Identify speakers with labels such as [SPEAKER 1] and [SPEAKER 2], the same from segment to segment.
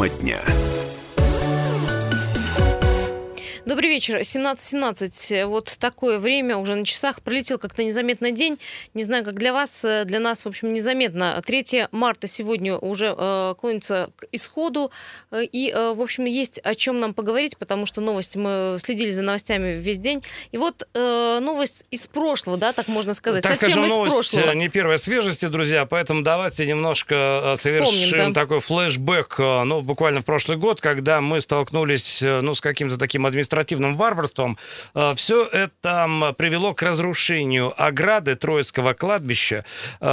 [SPEAKER 1] Тема дня.
[SPEAKER 2] Добрый вечер. 17:17. Вот такое время уже на часах. Пролетел как-то незаметно день. Не знаю, как для вас. Для нас, в общем, незаметно. 3 марта сегодня уже клонится к исходу. И, в общем, есть о чем нам поговорить, потому что новости, мы следили за новостями весь день. И вот новость из прошлого, да, так можно сказать.
[SPEAKER 3] Так
[SPEAKER 2] совсем
[SPEAKER 3] скажем,
[SPEAKER 2] из
[SPEAKER 3] новость
[SPEAKER 2] прошлого.
[SPEAKER 3] Не первой свежести, друзья, поэтому давайте немножко совершим такой флешбэк. Ну, буквально в прошлый год, когда мы столкнулись, с каким-то таким административным варварством, все это привело к разрушению ограды Троицкого кладбища,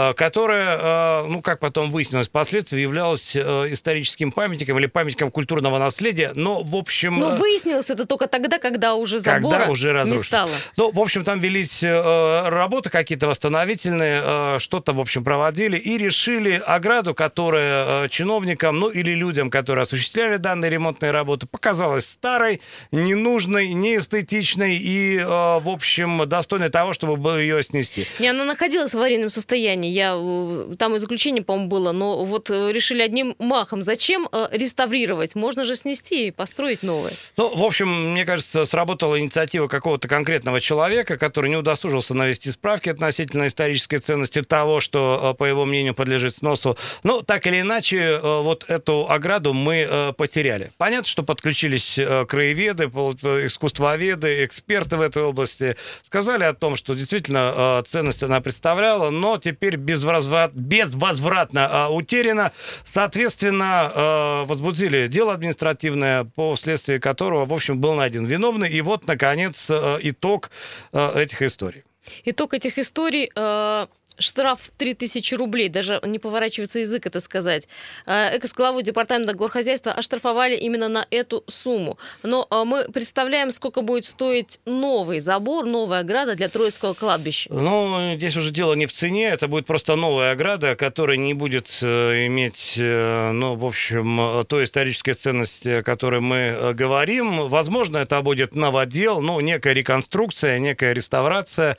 [SPEAKER 3] которое, как потом выяснилось впоследствии, являлось историческим памятником или памятником культурного наследия, но, в общем...
[SPEAKER 2] Но выяснилось это только тогда, когда уже забора не стало.
[SPEAKER 3] Ну, в общем, там велись работы какие-то восстановительные, что-то, в общем, проводили и решили ограду, которая чиновникам, или людям, которые осуществляли данные ремонтные работы, показалась старой, ненужной, неэстетичной и, в общем, достойной того, чтобы ее снести.
[SPEAKER 2] Она находилась в аварийном состоянии. Там и заключение, по-моему, было, но вот решили одним махом. Зачем реставрировать? Можно же снести и построить новое.
[SPEAKER 3] В общем, мне кажется, сработала инициатива какого-то конкретного человека, который не удосужился навести справки относительно исторической ценности того, что, по его мнению, подлежит сносу. Но так или иначе, вот эту ограду мы потеряли. Понятно, что подключились краеведы, искусствоведы, эксперты в этой области, сказали о том, что действительно ценность она представляла, но теперь безвозвратно утеряна. Соответственно, возбудили дело административное, по следствию которого, в общем, был найден виновный. И вот, наконец, итог этих историй.
[SPEAKER 2] Итог этих историй... Штраф 3000 рублей, даже не поворачивается язык это сказать. Экс-главу департамента горхозяйства оштрафовали именно на эту сумму. Но мы представляем, сколько будет стоить новый забор, новая ограда для Троицкого кладбища.
[SPEAKER 3] Здесь уже дело не в цене, это будет просто новая ограда, которая не будет иметь, в общем, той исторической ценности, о которой мы говорим. Возможно, это будет новодел, некая реконструкция, некая реставрация,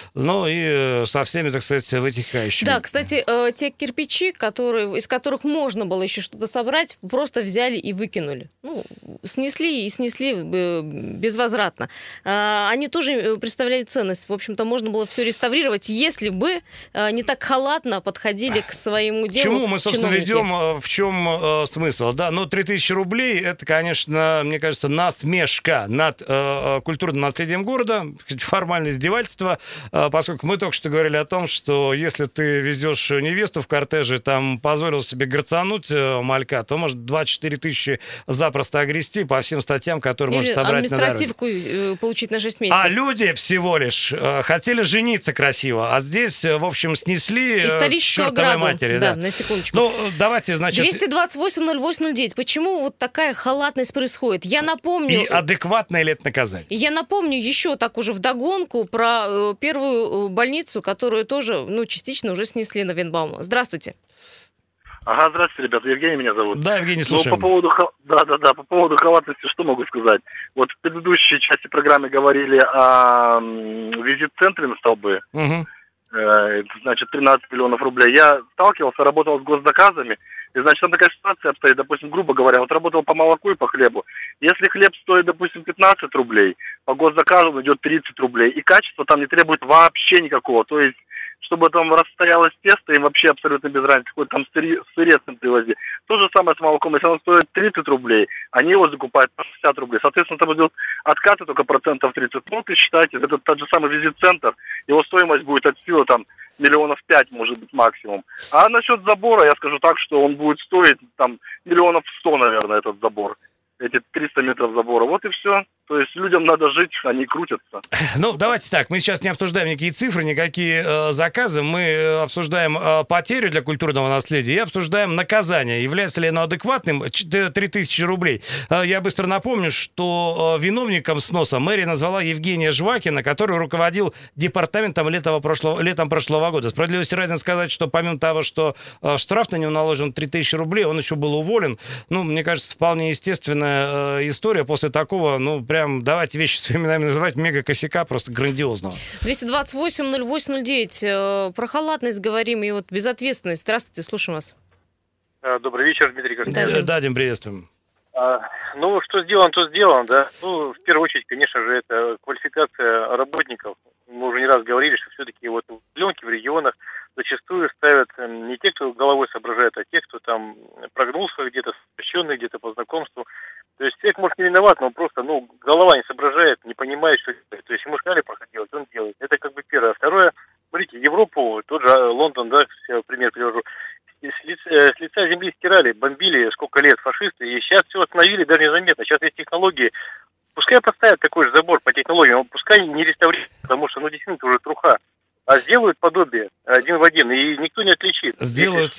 [SPEAKER 3] и со всеми, так сказать, вытекающими.
[SPEAKER 2] Да, кстати, те кирпичи, из которых можно было еще что-то собрать, просто взяли и выкинули. Снесли безвозвратно. Они тоже представляли ценность. В общем-то, можно было все реставрировать, если бы не так халатно подходили к своему делу.
[SPEAKER 3] К чему мы, собственно, ведем, в чем смысл? Да, 3000 рублей, это, конечно, мне кажется, насмешка над культурным наследием города, формальное издевательство, поскольку мы только что говорили о том, что если ты везешь невесту в кортеже, там позволил себе грацануть малька, то может 24 тысячи запросто огрести по всем статьям, которые можно собрать на дороге.
[SPEAKER 2] Административку получить на 6 месяцев.
[SPEAKER 3] А люди всего лишь хотели жениться красиво, а здесь, в общем, снесли
[SPEAKER 2] историческую ограду.
[SPEAKER 3] Матери.
[SPEAKER 2] Да, на секундочку.
[SPEAKER 3] Давайте, значит...
[SPEAKER 2] 228-08-09. Почему вот такая халатность происходит? Я напомню...
[SPEAKER 3] И адекватное ли это наказание?
[SPEAKER 2] Я напомню еще так уже вдогонку про первую больницу, которую тоже, частично уже снесли на Винбаума. Здравствуйте.
[SPEAKER 4] Ага, здравствуйте, ребята. Евгений меня зовут.
[SPEAKER 3] Да, Евгений, слушаем.
[SPEAKER 4] По поводу халатности, что могу сказать? Вот в предыдущей части программы говорили о визит-центре на Столбы.
[SPEAKER 3] Угу.
[SPEAKER 4] Значит, 13 миллионов рублей. Я сталкивался, работал с госзаказами. И, значит, там такая ситуация обстоит, допустим, грубо говоря, вот работал по молоку и по хлебу. Если хлеб стоит, допустим, 15 рублей, по госзаказу он идет 30 рублей. И качество там не требует вообще никакого. То есть, чтобы там расстоялось тесто, им вообще абсолютно без разницы, какой там сырец им привози. То же самое с молоком. Если оно стоит 30 рублей, они его закупают по 60 рублей. Соответственно, там идут откаты только процентов 30. Ты считайте, это тот же самый визит-центр, его стоимость будет от силы там 5 миллионов, может быть, максимум. А насчет забора, я скажу так, что он будет стоить там 100 миллионов, наверное, этот забор. Эти 300 метров забора. Вот и все. То есть людям надо жить, они крутятся.
[SPEAKER 3] Давайте так. Мы сейчас не обсуждаем никакие цифры, никакие заказы. Мы обсуждаем потерю для культурного наследия и обсуждаем наказание. Является ли оно адекватным? 3000 рублей. Я быстро напомню, что виновником сноса мэрия назвала Евгения Жвакина, который руководил департаментом летом прошлого года. Справедливости ради сказать, что помимо того, что штраф на него наложен 3000 рублей, он еще был уволен. Мне кажется, вполне естественная история после такого, прям давайте вещи своими именами называть, мега-косяка просто грандиозного.
[SPEAKER 2] 228-08-09. Про халатность говорим и безответственность. Здравствуйте, слушаем вас.
[SPEAKER 1] Добрый вечер, Дмитрий Корнеев.
[SPEAKER 3] Да, Дим, приветствуем.
[SPEAKER 1] Ну, что сделано, то сделано, да. Ну, в первую очередь, конечно же, это квалификация работников. Мы уже не раз говорили, что все-таки вот удаленки в регионах зачастую ставят не те, кто головой соображает, а те, кто там прогнулся где-то, смещенный где-то по знакомству. То есть человек, может, не виноват, но просто, голова не соображает, не понимает, что делать. То есть ему сказали пока делать, он делает. Это как бы первое. А второе, смотрите, Европу, тот же Лондон, да, пример привожу, с лица земли стирали, бомбили сколько лет фашисты, и сейчас все остановили даже незаметно. Сейчас есть технологии. Пускай поставят такой же забор по технологиям, пускай не реставрируют, потому что, действительно, это уже труха. А сделают подобие один в один, и никто не отличит.
[SPEAKER 3] Сделают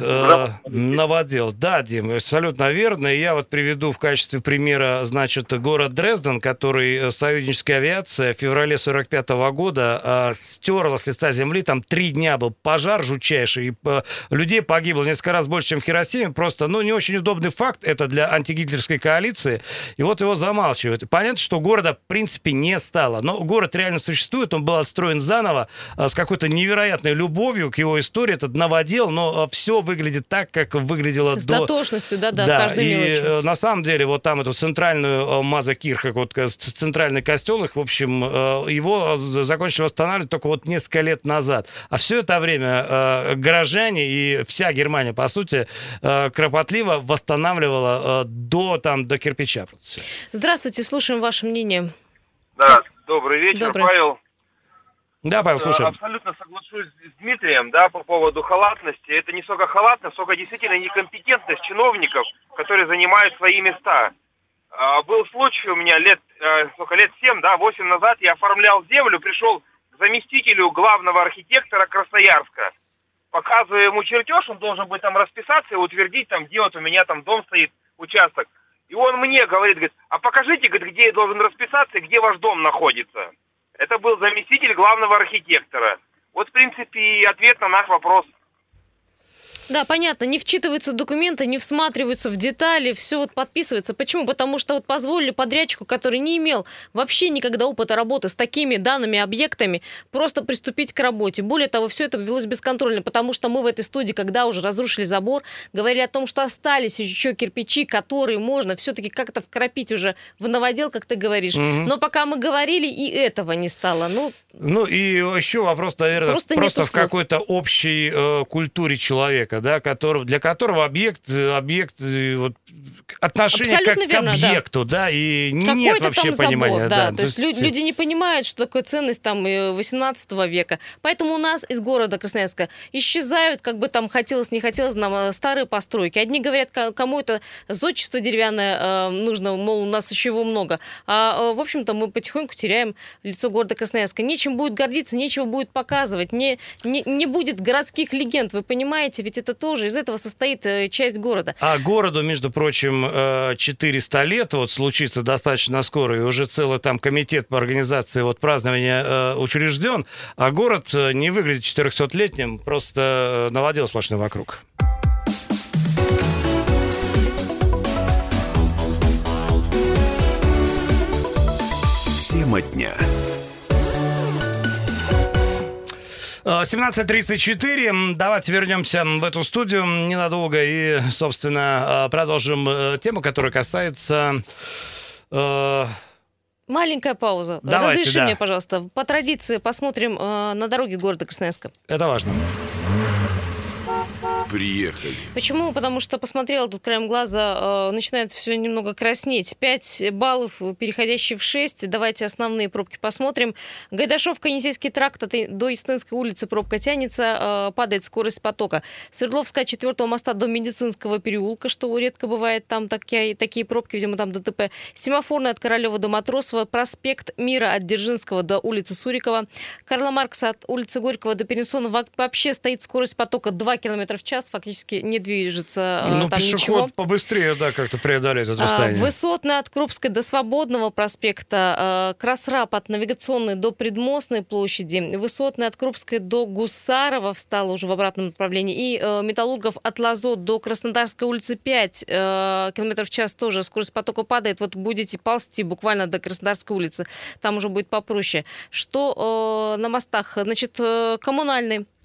[SPEAKER 3] новодел. Да, Дим, абсолютно верно. И я вот приведу в качестве примера, город Дрезден, который союзническая авиация в феврале 1945 года стерла с лица земли. Там 3 дня был пожар жутчайший. И людей погибло несколько раз больше, чем в Хиросиме. Просто, не очень удобный факт это для антигитлерской коалиции. И вот его замалчивают. Понятно, что города, в принципе, не стало. Но город реально существует. Он был отстроен заново с какой-то невероятной любовью к его истории, этот новодел, но все выглядит так, как выглядело
[SPEAKER 2] с
[SPEAKER 3] до...
[SPEAKER 2] дотошностью, да, каждой мелочи.
[SPEAKER 3] На самом деле, вот там эту центральную Маза-Кирха, центральный костел, их, в общем, его закончили восстанавливать только вот несколько лет назад. А все это время горожане и вся Германия, по сути, кропотливо восстанавливала до кирпича.
[SPEAKER 2] Здравствуйте, слушаем ваше мнение.
[SPEAKER 5] Да, добрый вечер,
[SPEAKER 2] Добрый.
[SPEAKER 5] Павел.
[SPEAKER 3] Да, Павел, слушаем.
[SPEAKER 5] Абсолютно соглашусь с Дмитрием, по поводу халатности. Это не столько халатность, сколько действительно некомпетентность чиновников, которые занимают свои места. Был случай у меня лет 7, 8 назад, я оформлял землю, пришел к заместителю главного архитектора Красноярска. Показываю ему чертеж, он должен быть там расписаться и утвердить, где вот у меня там дом стоит, участок. И он мне говорит, а покажите, где я должен расписаться и где ваш дом находится. Это был заместитель главного архитектора. Вот, в принципе, и ответ на наш вопрос.
[SPEAKER 2] Да, понятно, не вчитываются в документы, не всматриваются в детали, все вот подписывается. Почему? Потому что вот позволили подрядчику, который не имел вообще никогда опыта работы с такими данными объектами, просто приступить к работе. Более того, все это велось бесконтрольно, потому что мы в этой студии, когда уже разрушили забор, говорили о том, что остались еще кирпичи, которые можно все-таки как-то вкрапить уже в новодел, как ты говоришь. Но пока мы говорили, и этого не стало.
[SPEAKER 3] И еще вопрос, наверное, просто в какой-то общей культуре человека, да, для которого объект отношение к объекту, да, и нет вообще понимания.
[SPEAKER 2] Да, то есть люди не понимают, что такое ценность 18 века. Поэтому у нас из города Красноярска исчезают, как бы там хотелось, не хотелось, нам старые постройки. Одни говорят, кому это зодчество деревянное нужно, мол, у нас еще его много. А, в общем-то, мы потихоньку теряем лицо города Красноярска. Нечем будет гордиться, нечего будет показывать, не будет городских легенд, вы понимаете, ведь это тоже из этого состоит часть города.
[SPEAKER 3] А городу, между прочим, 400 лет случится достаточно скоро, и уже целый там комитет по организации празднования учрежден, а город не выглядит 400-летним, просто новодел сплошной вокруг.
[SPEAKER 6] Тема дня.
[SPEAKER 3] 17:34. Давайте вернемся в эту студию ненадолго и, собственно, продолжим тему, которая касается...
[SPEAKER 2] Маленькая пауза.
[SPEAKER 3] Давайте,
[SPEAKER 2] разреши мне, пожалуйста, по традиции посмотрим на дороги города Красноярска.
[SPEAKER 3] Это важно.
[SPEAKER 6] Приехали.
[SPEAKER 2] Почему? Потому что посмотрела тут краем глаза, начинает все немного краснеть. 5 баллов, переходящие в 6. Давайте основные пробки посмотрим. Гайдашовка, Енисейский тракт до Истинской улицы пробка тянется, падает скорость потока. Свердловская от 4-го моста до Медицинского переулка, что редко бывает, там такие пробки, видимо, там ДТП. Семафорная от Королева до Матросова, проспект Мира от Дзержинского до улицы Сурикова, Карла Маркса от улицы Горького до Перенсона. Вообще стоит скорость потока 2 км в час, фактически не движется там
[SPEAKER 3] пешеход
[SPEAKER 2] ничего.
[SPEAKER 3] Побыстрее, как-то преодолеть это расстояние.
[SPEAKER 2] Высотная от Крупской до Свободного проспекта, Красрап от Навигационной до Предмостной площади, Высотная от Крупской до Гусарова встала уже в обратном направлении, и Металлургов от Лазо до Краснодарской улицы 5 км в час тоже скорость потока падает. Вот будете ползти буквально до Краснодарской улицы, там уже будет попроще. Что на мостах? Значит, Коммунальный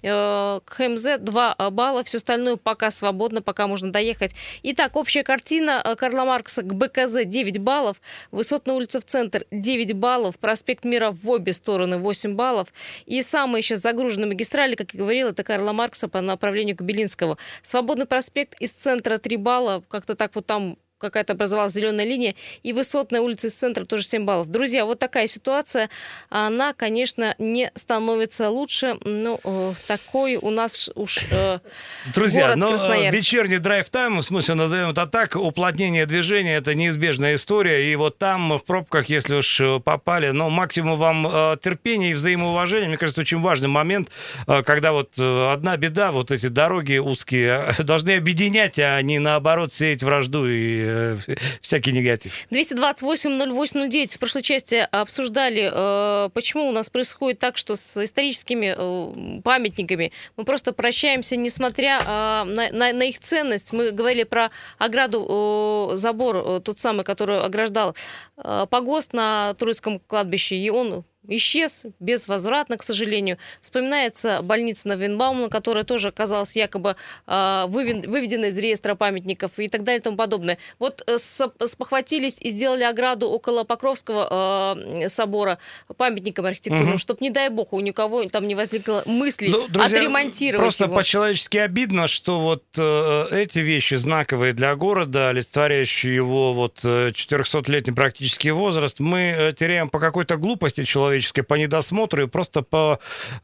[SPEAKER 2] к ХМЗ 2 балла, все остальное пока свободно, пока можно доехать. Итак, общая картина: Карла Маркса к БКЗ 9 баллов, Высотная улица в центр 9 баллов, проспект Мира в обе стороны 8 баллов. И самые сейчас загруженные магистрали, как я говорила, это Карла Маркса по направлению к Белинскому. Свободный проспект из центра 3 балла, как-то так вот там какая-то образовалась зеленая линия, и Высотная улица из центра тоже 7 баллов. Друзья, вот такая ситуация, она, конечно, не становится лучше, но такой у нас уж
[SPEAKER 3] Друзья,
[SPEAKER 2] город
[SPEAKER 3] но
[SPEAKER 2] Красноярск.
[SPEAKER 3] вечерний драйв-тайм, в смысле, назовем это так, уплотнение движения — это неизбежная история, и вот там в пробках, если уж попали, максимум вам терпения и взаимоуважения. Мне кажется, очень важный момент, когда вот одна беда, вот эти дороги узкие должны объединять, а не наоборот сеять вражду и всякий негатив.
[SPEAKER 2] 228-08-09. В прошлой части обсуждали, почему у нас происходит так, что с историческими памятниками мы просто прощаемся, несмотря на их ценность. Мы говорили про ограду, забор, тот самый, который ограждал погост на Троицком кладбище, и он исчез безвозвратно, к сожалению. Вспоминается больница на Винбаумна, которая тоже оказалась якобы выведена из реестра памятников и так далее и тому подобное. Вот спохватились и сделали ограду около Покровского собора памятником архитектурным, чтобы, не дай бог, у никого там не возникло мысли
[SPEAKER 3] друзья,
[SPEAKER 2] отремонтировать
[SPEAKER 3] просто
[SPEAKER 2] его.
[SPEAKER 3] по-человечески обидно, что вот эти вещи знаковые для города, олицетворяющие его вот 400-летний практический возраст, мы теряем по какой-то глупости человеческой, по недосмотру и просто по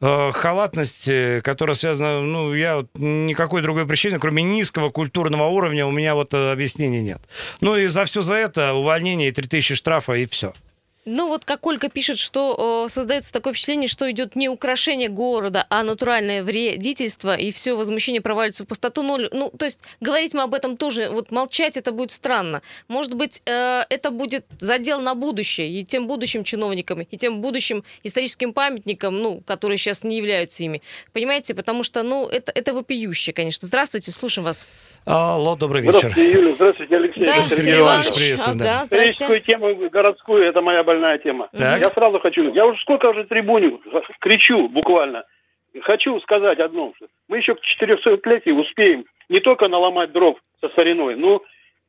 [SPEAKER 3] халатности, которая связана, я вот никакой другой причины, кроме низкого культурного уровня, у меня вот объяснений нет. И за все за это увольнение, 3000 штрафа и все.
[SPEAKER 2] Вот как Ольга пишет, что создается такое впечатление, что идет не украшение города, а натуральное вредительство, и все возмущение провалится в пустоту. То есть говорить мы об этом тоже, вот молчать это будет странно. Может быть, это будет задел на будущее, и тем будущим чиновникам, и тем будущим историческим памятникам, которые сейчас не являются ими. Понимаете? Потому что, это вопиюще, конечно. Здравствуйте, слушаем вас.
[SPEAKER 3] Алло, добрый вечер.
[SPEAKER 7] Здравствуйте, Юля. Здравствуйте, Алексей.
[SPEAKER 2] Да,
[SPEAKER 3] Сергей Иванович, приветствую.
[SPEAKER 2] Ага,
[SPEAKER 7] Историческую тему городскую, это моя больная тема.
[SPEAKER 3] Так.
[SPEAKER 7] Я сразу хочу, я уже сколько уже трибуню кричу буквально. Хочу сказать одно, что мы еще к 400-летию успеем не только наломать дров со стариной, но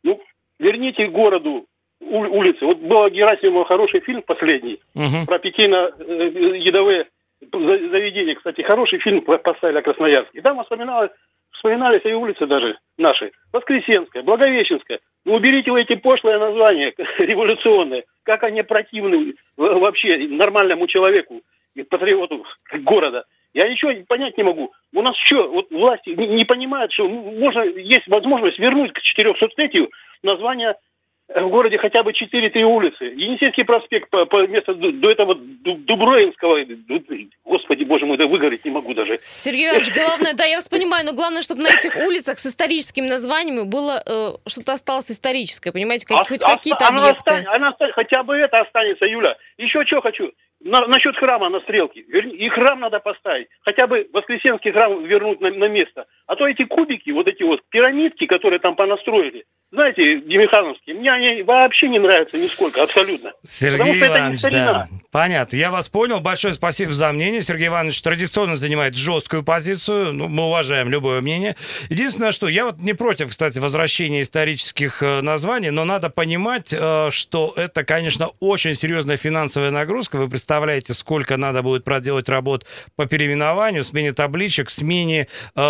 [SPEAKER 7] верните городу улицы. Вот был Герасимова хороший фильм последний про питейно-едовые заведения. Кстати, хороший фильм поставили о Красноярске. И там вспоминались и улицы даже наши. Воскресенская, Благовещенская. Уберите вы эти пошлые названия, революционные. Как они противны вообще нормальному человеку, патриоту города. Я ничего понять не могу. У нас что, вот власти не понимают, что есть возможность вернуть к 400-летию название в городе хотя бы 4-3 улицы. Енисейский проспект по месту до этого Дуброинского. Господи, боже мой, выговорить не могу даже.
[SPEAKER 2] Сергей Иванович, главное, я вас понимаю, но главное, чтобы на этих улицах с историческими названиями было что-то осталось историческое, понимаете, хоть какие-то объекты.
[SPEAKER 7] Хотя бы это останется, Юля. Еще что хочу. Насчет храма на Стрелке. И храм надо поставить. Хотя бы Воскресенский храм вернуть на место. А то эти кубики, вот эти вот пирамидки, которые там понастроили, знаете, демихановские, мне они вообще не нравятся нисколько, абсолютно.
[SPEAKER 3] Сергей Иванович, да. Понятно. Я вас понял. Большое спасибо за мнение. Сергей Иванович традиционно занимает жесткую позицию. Мы уважаем любое мнение. Единственное, что я вот не против, кстати, возвращения исторических названий, но надо понимать, что это, конечно, очень серьезная финансовая нагрузка. Вы представляете, сколько надо будет проделать работ по переименованию, смене табличек, смене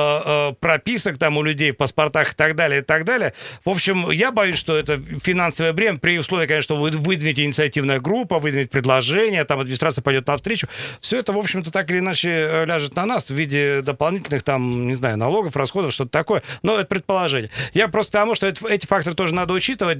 [SPEAKER 3] прописок там у людей в паспортах и так далее, и так далее. В общем, я боюсь, что это финансовое бремя, при условии, конечно, что вы выдвинете инициативная группа, выдвинете предложение, там администрация пойдет навстречу. Все это, в общем-то, так или иначе ляжет на нас в виде дополнительных, там, не знаю, налогов, расходов, что-то такое. Но это предположение. Я просто к тому, что эти факторы тоже надо учитывать.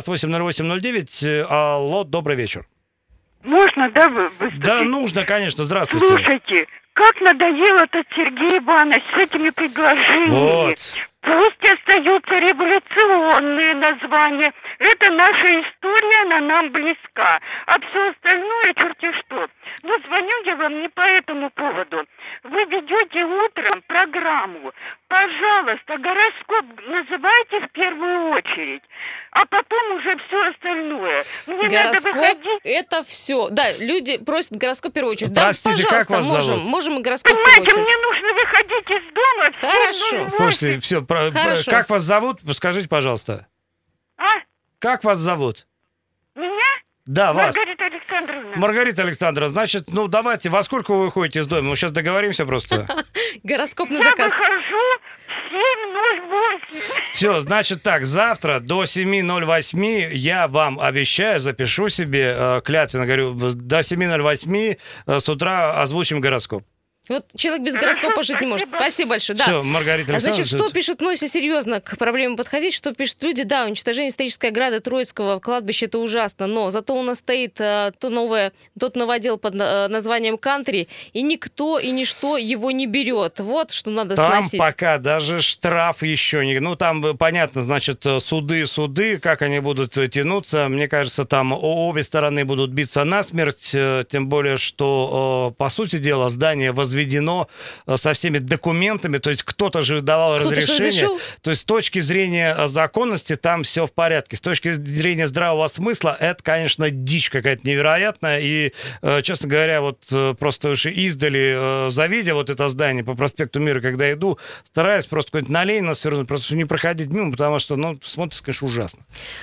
[SPEAKER 3] 228-08-09. Алло, добрый вечер.
[SPEAKER 8] Можно, да, выступить?
[SPEAKER 3] Да, нужно, конечно. Здравствуйте.
[SPEAKER 8] Слушайте, как надоел этот Сергей Иванович с этими предложениями.
[SPEAKER 3] Вот.
[SPEAKER 8] Пусть остаются революционные названия. Это наша история, она нам близка. А все остальное черти что. Но звоню я вам не по этому поводу. Вы ведете утром программу. Пожалуйста, гороскоп называйте в первую очередь. А потом уже все остальное остальное. Мне
[SPEAKER 2] Гороскоп
[SPEAKER 8] надо выходить.
[SPEAKER 2] это все. Да, люди просят гороскоп в первую очередь.
[SPEAKER 3] Простите,
[SPEAKER 2] да,
[SPEAKER 3] как
[SPEAKER 2] пожалуйста,
[SPEAKER 3] вас зовут?
[SPEAKER 2] можем и гороскоп в первую
[SPEAKER 8] Понимаете,
[SPEAKER 2] очередь.
[SPEAKER 8] мне нужно выходить из дома. в
[SPEAKER 2] Хорошо.
[SPEAKER 8] 7:08.
[SPEAKER 3] Слушайте, все,
[SPEAKER 2] Хорошо.
[SPEAKER 3] как вас зовут? Скажите, пожалуйста.
[SPEAKER 8] А?
[SPEAKER 3] Как вас зовут?
[SPEAKER 8] Меня?
[SPEAKER 3] Да, вас.
[SPEAKER 8] Маргарита Александровна.
[SPEAKER 3] Маргарита Александровна, значит, ну давайте, во сколько вы выходите из дома? Мы сейчас договоримся просто.
[SPEAKER 2] Гороскоп на
[SPEAKER 8] Я
[SPEAKER 2] заказ.
[SPEAKER 8] выхожу в 7:08.
[SPEAKER 3] Все, значит так, завтра до 7:08 я вам обещаю, запишу себе, клятвенно говорю, до 7:08 с утра озвучим гороскоп.
[SPEAKER 2] Вот человек без
[SPEAKER 8] Хорошо,
[SPEAKER 2] гороскопа жить не может.
[SPEAKER 8] спасибо.
[SPEAKER 2] Спасибо большое. Да.
[SPEAKER 3] Все, Маргарита Александровна.
[SPEAKER 2] Значит, что пишут, ну, если серьезно к проблеме подходить, что пишут люди? Да, уничтожение исторической ограды Троицкого кладбища – это ужасно, но зато у нас стоит тот новодел под названием «Кантри», и никто и ничто его не берет. Вот что надо
[SPEAKER 3] Там
[SPEAKER 2] сносить.
[SPEAKER 3] пока даже штраф еще не... Ну, там, понятно, значит, суды, как они будут тянуться. Мне кажется, там обе стороны будут биться насмерть, тем более, что, по сути дела, здание возведено со всеми документами, то есть кто-то же давал разрешение. То есть с точки зрения законности там все в порядке. С точки зрения здравого смысла это, конечно, дичь какая-то невероятная. И, честно говоря, вот просто уж издали, завидя вот это здание по проспекту Мира, когда иду, стараюсь просто куда-нибудь на Ленина свернуть, просто не проходить мимо, потому что, ну, смотрится, конечно, ужасно.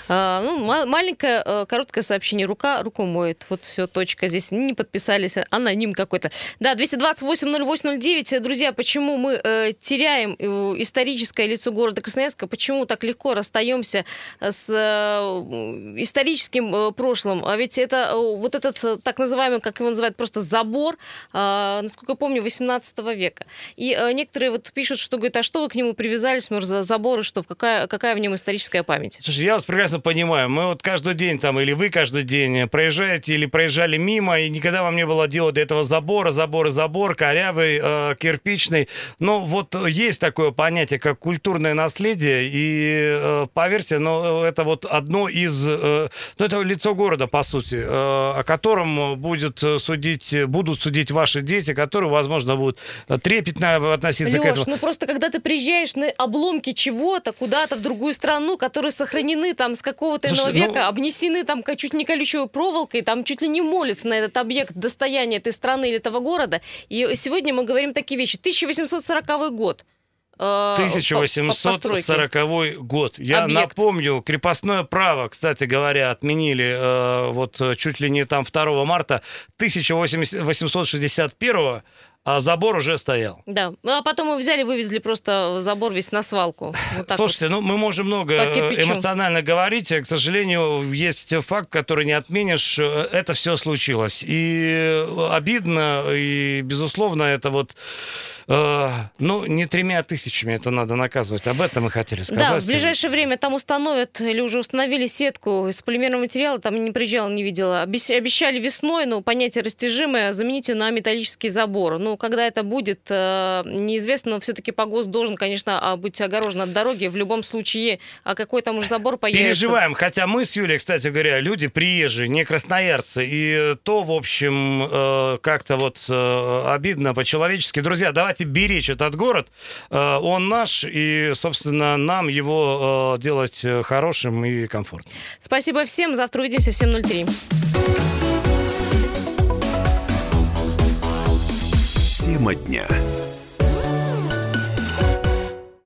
[SPEAKER 2] Маленькое, короткое сообщение. Руку моет. Вот все, точка. Здесь не подписались. Аноним какой-то. Да, 228-08-09. Друзья, почему мы теряем историческое лицо города Красноярска? Почему так легко расстаемся с историческим прошлым? А ведь это вот этот так называемый, как его называют, просто забор, насколько я помню, 18 века. И некоторые вот пишут, что говорят, а что вы к нему привязались, может, за забор, и что, какая в нем историческая память?
[SPEAKER 3] Слушай, я вас прекрасно понимаю. Мы вот каждый день там, или вы каждый день проезжаете или проезжали мимо, и никогда вам не было дела до этого забор, корявый, кирпичный. Но вот есть такое понятие, как культурное наследие, и поверьте, это вот одно из... это лицо города, по сути, о котором будут судить ваши дети, которые, возможно, будут трепетно относиться к этому.
[SPEAKER 2] Ну просто когда ты приезжаешь на обломки чего-то, куда-то в другую страну, которые сохранены там с какого-то иного века, обнесены там чуть не колючей проволокой, там чуть ли не молятся на этот объект достояния этой страны или этого города. И сегодня мы говорим такие вещи. 1840 год.
[SPEAKER 3] 1840 год. Я напомню, крепостное право, кстати говоря, отменили вот чуть ли не там 2 марта 1861, а забор уже стоял.
[SPEAKER 2] Да. А потом мы взяли, вывезли просто забор весь на свалку. Вот так.
[SPEAKER 3] Слушайте, мы можем много эмоционально говорить. К сожалению, есть факт, который не отменишь. Это все случилось. И обидно, и, безусловно, это вот... не 3000 это надо наказывать. Об этом мы хотели сказать.
[SPEAKER 2] Да, в ближайшее время там установят или уже установили сетку из полимерного материала. Там не приезжала, не видела. Обещали весной, понятие растяжимое, заменить на металлический забор. Когда это будет, неизвестно, но все-таки погост должен, конечно, быть огорожен от дороги. В любом случае, какой там уже забор появится.
[SPEAKER 3] Переживаем, хотя мы с Юлей, кстати говоря, люди приезжие, не красноярцы. И то, в общем, как-то вот обидно по-человечески. Друзья, давайте беречь этот город. Он наш, и, собственно, нам его делать хорошим и комфортным.
[SPEAKER 2] Спасибо всем. Завтра увидимся в 7:03.
[SPEAKER 6] Тема дня.